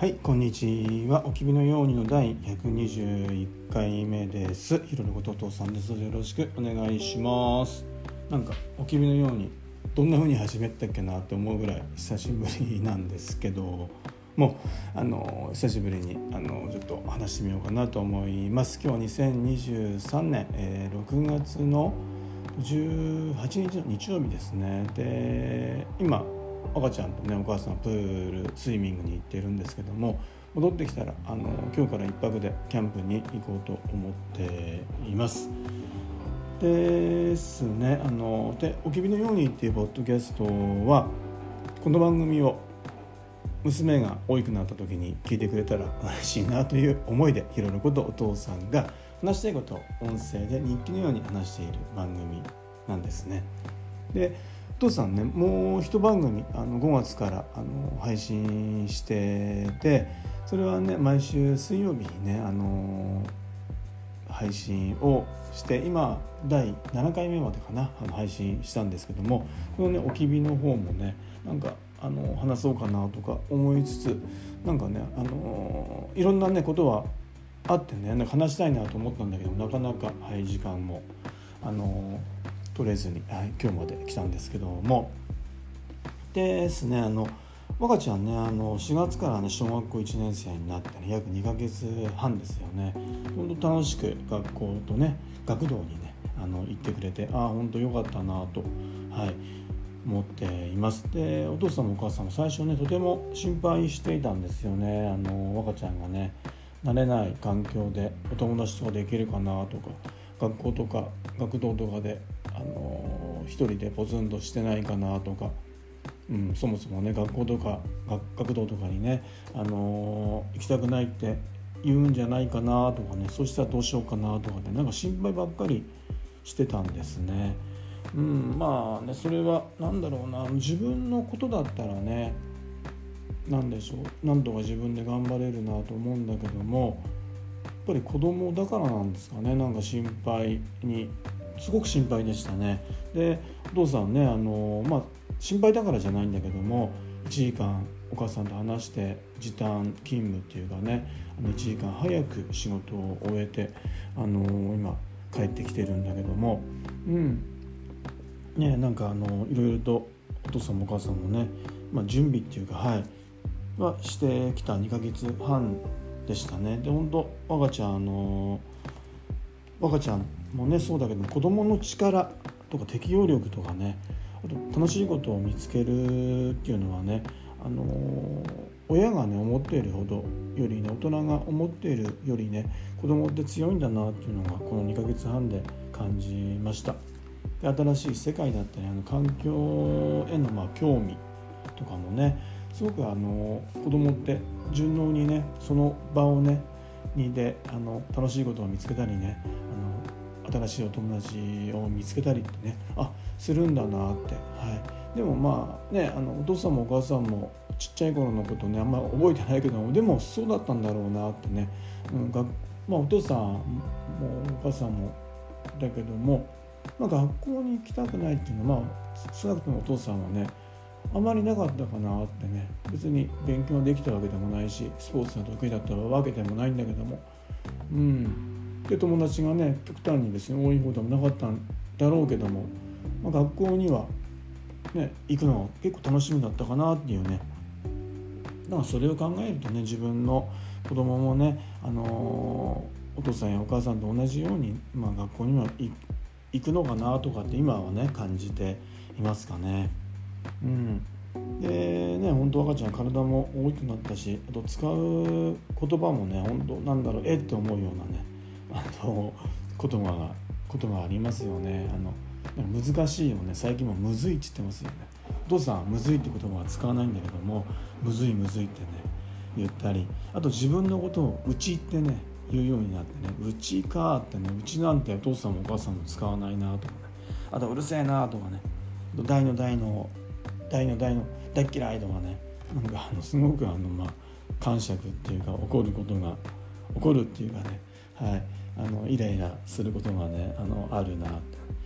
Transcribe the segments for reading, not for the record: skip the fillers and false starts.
はい、こんにちは。おきびのようにの第121回目です。ひろのことお父さんです。よろしくお願いします。なんかおきびのようにどんな風に始めたっけなって思うぐらい久しぶりなんですけども、久しぶりにちょっと話してみようかなと思います。今日は2023年、6月の18日の日曜日ですね。で、今赤ちゃんとねお母さんはプールスイミングに行っているんですけども、戻ってきたら今日から1泊でキャンプに行こうと思っていますですね。でおきびのようにっていうポッドキャストは、この番組を娘が大きくなった時に聞いてくれたら嬉しいなという思いで、ひろのことお父さんが話したいことを音声で日記のように話している番組なんですね。で、お父さんね、もう一番組5月から配信してて、それはね毎週水曜日にね配信をして、今第7回目までかな配信したんですけども、このねおきびの方もねなんか話そうかなとか思いつつ、なんかねいろんなねことはあってね、なんか話したいなと思ったんだけど、なかなか時間も取れずに、今日まで来たんですけどもですね。若ちゃんね4月からね小学校1年生になってね約2ヶ月半ですよね。本当楽しく学校とね学童にね行ってくれて、本当良かったなと思っています。で、お父さんもお母さんも最初ねとても心配していたんですよね。若ちゃんがね慣れない環境でお友達とかできるかなとか、学校とか学童とかで一人でポツンとしてないかなとか、そもそもね学校とか学童とかにね、行きたくないって言うんじゃないかなとかね、そうしたらどうしようかなとかね、なんか心配ばっかりしてたんですね。まあね、それはなんだろうな、自分のことだったらねなんでしょう、なんとか自分で頑張れるなと思うんだけども、やっぱり子供だからなんですかね、なんかすごく心配でしたね。で、お父さんね心配だからじゃないんだけども、1時間お母さんと話して時短勤務っていうかね、1時間早く仕事を終えて今帰ってきてるんだけども、なんかいろいろとお父さんもお母さんもね、準備っていうかはしてきた2ヶ月半でしたね。で、本当赤ちゃんもねそうだけど、子供の力とか適応力とかね、あと楽しいことを見つけるっていうのはね、親がね思っているほどよりね、大人が思っているよりね子供って強いんだなっていうのがこの2ヶ月半で感じました。で、新しい世界だったり環境への興味とかもね、すごく子供って順応にねその場をねで楽しいことを見つけたりね、新しいお友達を見つけたりってねするんだなって。でもお父さんもお母さんもちっちゃい頃のことねあんま覚えてないけども、でもそうだったんだろうなってね、お父さんもお母さんもだけども、学校に行きたくないっていうのは少なくともお父さんはねあまりなかったかなってね。別に勉強できたわけでもないし、スポーツが得意だったわけでもないんだけども、で友達がね極端にですね多い方でもなかったんだろうけども、学校にはね行くのが結構楽しみだったかなっていうね。だからそれを考えるとね、自分の子供もねお父さんやお母さんと同じように、学校には行くのかなとかって今はね感じていますかね。でね、本当赤ちゃん体も大きくなったし、あと使う言葉もね本当なんだろうって思うようなね言葉がありますよね。難しいよね、最近もむずいって言ってますよね。お父さんはむずいって言葉は使わないんだけども、むずいってね言ったり、あと自分のことをうちってね言うようになってね、うちかってね、うちなんてお父さんもお母さんも使わないなとかね、あとうるせえなとかね、大の大嫌いとかね、なんかすごく感触っていうか怒るっていうかね、イライラすることがねあるなって。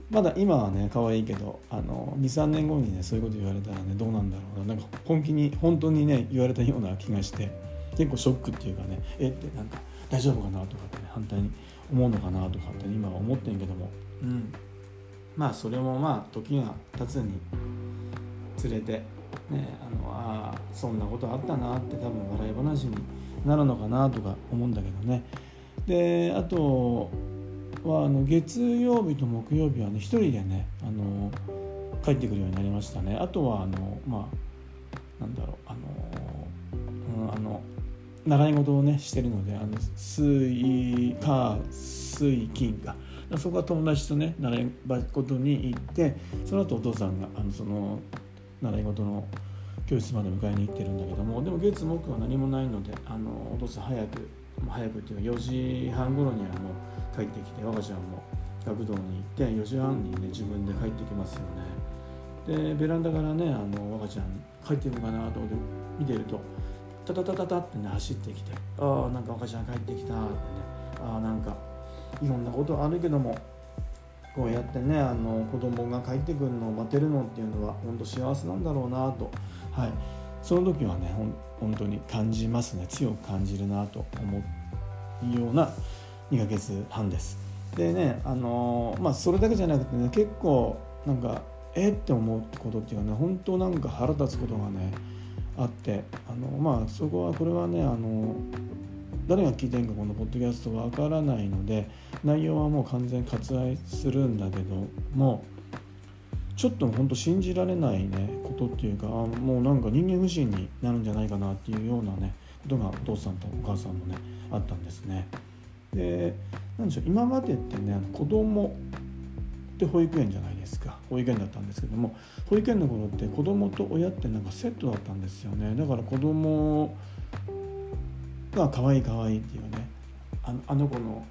まだ今はね可愛いけど2、3年後にねそういうこと言われたらねどうなんだろうな、なんか本当にね言われたような気がして結構ショックっていうかねってなんか大丈夫かなとかって、ね、反対に思うのかなとかって、ね、今は思ってんけども、まあそれもまあ時が経つにつれてねそんなことあったなって多分笑い話になるのかなとか思うんだけどね。であとは月曜日と木曜日はね一人でね帰ってくるようになりましたね。あとはなんだろう習い事をねしてるので水金かそこは友達とね習い事に行って、その後お父さんがその習い事の教室まで迎えに行ってるんだけども、でも月木は何もないのでお父さん早くっていうか4時半頃にはもう帰ってきて、我がちゃんも学童に行って4時半にね自分で帰ってきますよね。でベランダからね我がちゃん帰ってるかなと思って見てるとタタタタタってね走ってきて、なんか赤ちゃん帰ってきたってね、なんかいろんなことあるけどもこうやってね子供が帰ってくるのを待てるのっていうのは本当幸せなんだろうなと、その時はね本当に感じますね。強く感じるなと思うような2ヶ月半です。でねそれだけじゃなくてね結構なんかって思うことっていうかね本当なんか腹立つことがねあって、そこはこれはね誰が聞いてんかこのポッドキャストはわからないので内容はもう完全に割愛するんだけども、ちょっと本当信じられないねことっていうかもうなんか人間不信になるんじゃないかなっていうようなねことがお父さんとお母さんもねあったんですね。でなんでしょう、今までってね子供って保育園じゃないですか。保育園だったんですけども、保育園の頃って子供と親ってなんかセットだったんですよね。だから子供が可愛いっていうねあの子の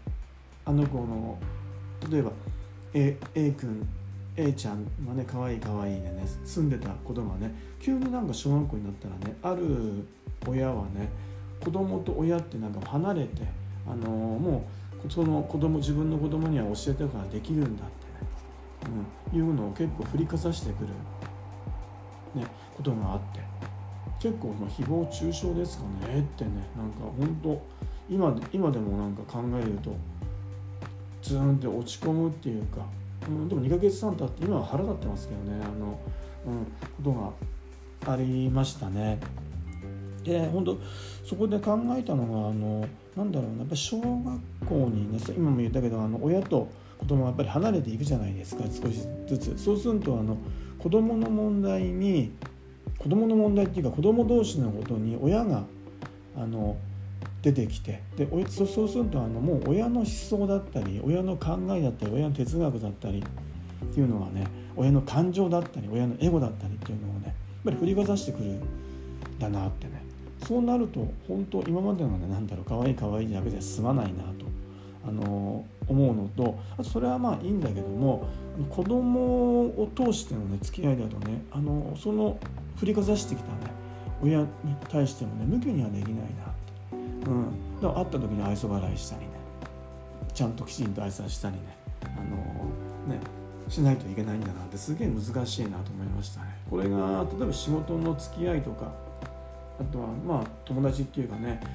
例えば A 君 A ちゃんがね可愛いでね住んでた子供がね急になんか小学校になったらねある親はね子供と親ってなんか離れてもうその自分の子供には教えてからできるんだってね、いうのを結構振りかざしてくる、ね、ことがあって、結構誹謗中傷ですかねってねなんか本当今でもなんか考えるとズーンって落ち込むっていうか、でも2ヶ月半経って今は腹立ってますけどねことがありましたね。で本当そこで考えたのがなんだろうな、やっぱ小学校にね今も言ったけど親と子供がやっぱり離れていくじゃないですか、少しずつ。そうすると子供の問題っていうか子供同士のことに親が出てきて、でそうするともう親の思想だったり親の考えだったり親の哲学だったりっていうのはね親の感情だったり親のエゴだったりっていうのをねやっぱり振りかざしてくるんだなってね。そうなると本当今までのねなんだろう可愛いだけじゃ済まないなと思うのと、あとそれはまあいいんだけども子供を通してのね付き合いだとねその振りかざしてきたね親に対してもね無限にはできないなって、だから会った時に愛想笑いしたりねちゃんときちんと挨拶したりねしないといけないんだなってすげえ難しいなと思いましたね。これが例えば仕事の付き合いとかあとはまあ友達っていうかね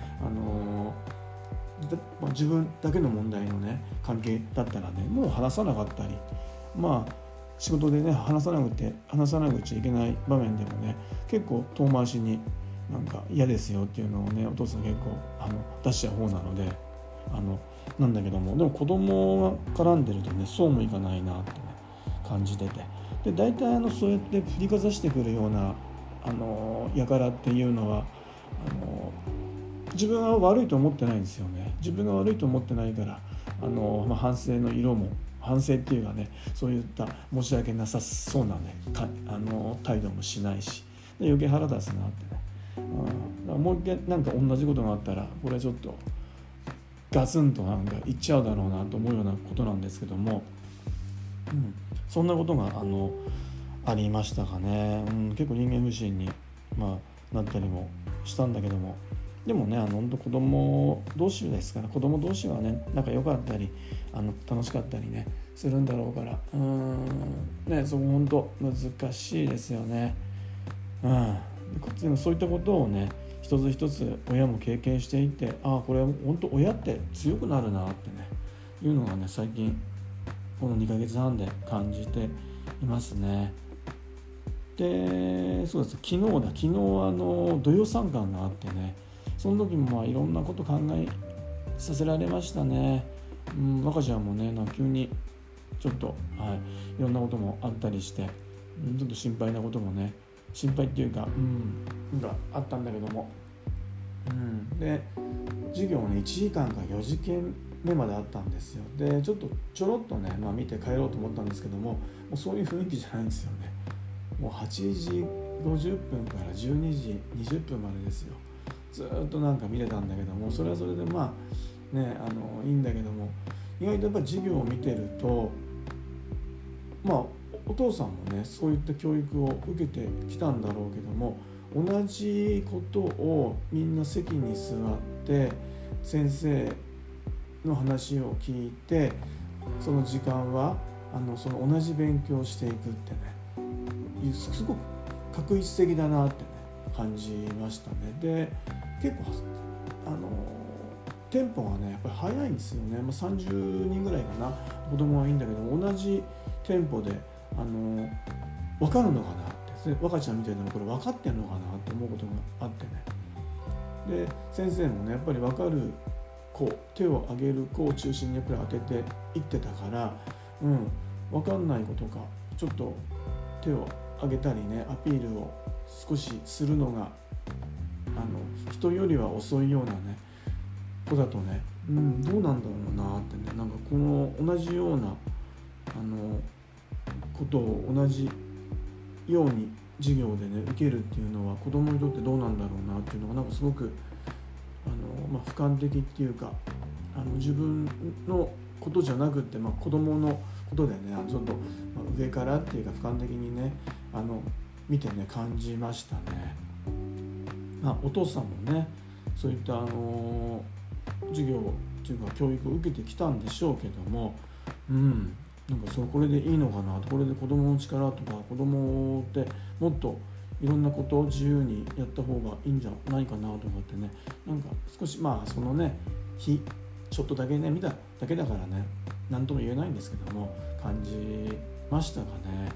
自分だけの問題のね関係だったらねもう話さなかったり仕事でね話さなくちゃいけない場面でもね結構遠回しになんか嫌ですよっていうのをねお父さん結構出しちゃう方なのでなんだけども、でも子供が絡んでるとねそうもいかないなってね感じてて、で大体そうやって振りかざしてくるような輩っていうのは自分は悪いと思ってないんですよね。自分が悪いと思ってないから反省の色も反省っていうかねそういった申し訳なさそうなね態度もしないし、で余計腹立つなってね、だからもう一回なんか同じことがあったらこれちょっとガツンとなんか言っちゃうだろうなと思うようなことなんですけども、そんなことがありましたかね。結構人間不信に、なったりもしたんだけども、 でもね本当子供同士ですから、子供同士はね仲良かったり楽しかったりねするんだろうから、ね、そこ本当難しいですよね。でもそういったことをね一つ一つ親も経験していって、これは本当親って強くなるなってねいうのがね最近この2ヶ月半で感じていますね。でそうです、昨日土曜参観があってね、その時もいろんなこと考えさせられましたね。赤ちゃんもね急にちょっと、いろんなこともあったりして、ちょっと心配なこともね、心配っていうか、があったんだけども、で授業ね1時間か4時間目まであったんですよ。でちょろっとね、見て帰ろうと思ったんですけども、もうそういう雰囲気じゃないんですよね。もう8時50分から12時20分までですよ。ずっと見れたんだけども、それはそれでいいんだけども、意外とやっぱり授業を見てるとお父さんもねそういった教育を受けてきたんだろうけども、同じことをみんな席に座って先生の話を聞いて、その時間はその同じ勉強をしていくってね、すごく画一的だなってね感じましたね。で結構テンポがねやっぱり速いんですよね。30人ぐらいかな、子供はいいんだけど同じテンポで分かるのかなって、若ちゃんみたいなのこれ分かってんのかなって思うことがあってね。で先生もねやっぱり分かる子、手を挙げる子を中心にやっぱり当てていってたから、分かんない子とかちょっと手を挙げたりねアピールを少しするのが人よりは遅いようなね子だとね、どうなんだろうなってね、この同じようなことを同じように授業でね受けるっていうのは子供にとってどうなんだろうなっていうのがすごく俯瞰的っていうか自分のことじゃなくって子供のことでねちょっと上からっていうか俯瞰的にね見てね感じましたね。お父さんもねそういった授業っていうか教育を受けてきたんでしょうけども、これでいいのかなと、これで子供の力とか子供ってもっといろんなことを自由にやった方がいいんじゃないかなとかってね、少しそのねちょっとだけね見ただけだからね何とも言えないんですけども感じましたかね。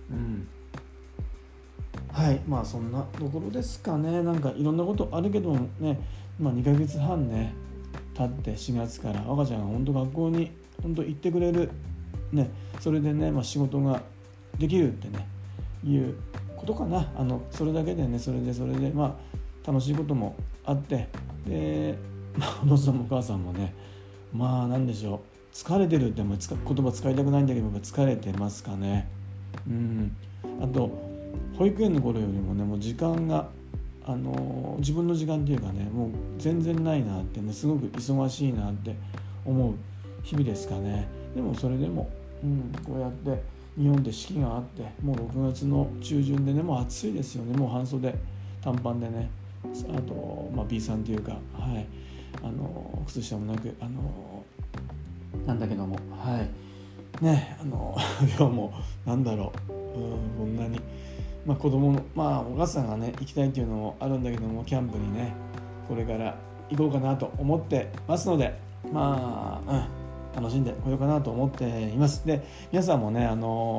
そんなところですかね。いろんなことあるけどもね、2ヶ月半ね経って4月から赤ちゃんが本当学校に本当行ってくれるね、それでね、仕事ができるってねいうことかな。それだけでねそれで楽しいこともあって、でお父さんもお母さんもねなんでしょう、疲れてるって言葉使いたくないんだけど疲れてますかね。あと保育園の頃よりもねもう時間が自分の時間っていうかねもう全然ないなってね、すごく忙しいなって思う日々ですかね。でもそれでも、こうやって日本で四季があって、もう6月の中旬でねもう暑いですよね。もう半袖短パンでね、あと、B さんっていうか、靴下もなくなんだけどもね今日もこんなに子供のお母さんがね行きたいっていうのもあるんだけども、キャンプにねこれから行こうかなと思ってますので、楽しんでこようかなと思っています。で皆さんもね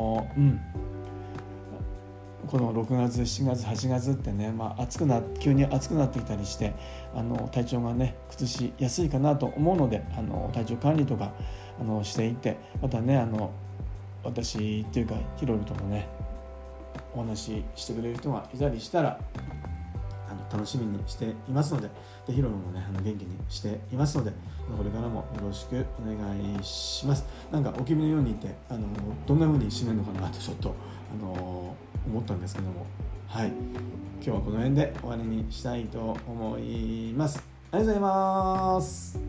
この6月7月8月ってね、急に暑くなってきたりして体調がね崩しやすいかなと思うので、体調管理とかしていって、またね私っていうかヒロルともねお話ししてくれる人がいたりしたら楽しみにしていますので、ヒロルもね元気にしていますので、これからもよろしくお願いします。お気味のように言ってどんな風に締めるのかなとちょっと思ったんですけども、今日はこの辺で終わりにしたいと思います。ありがとうございます。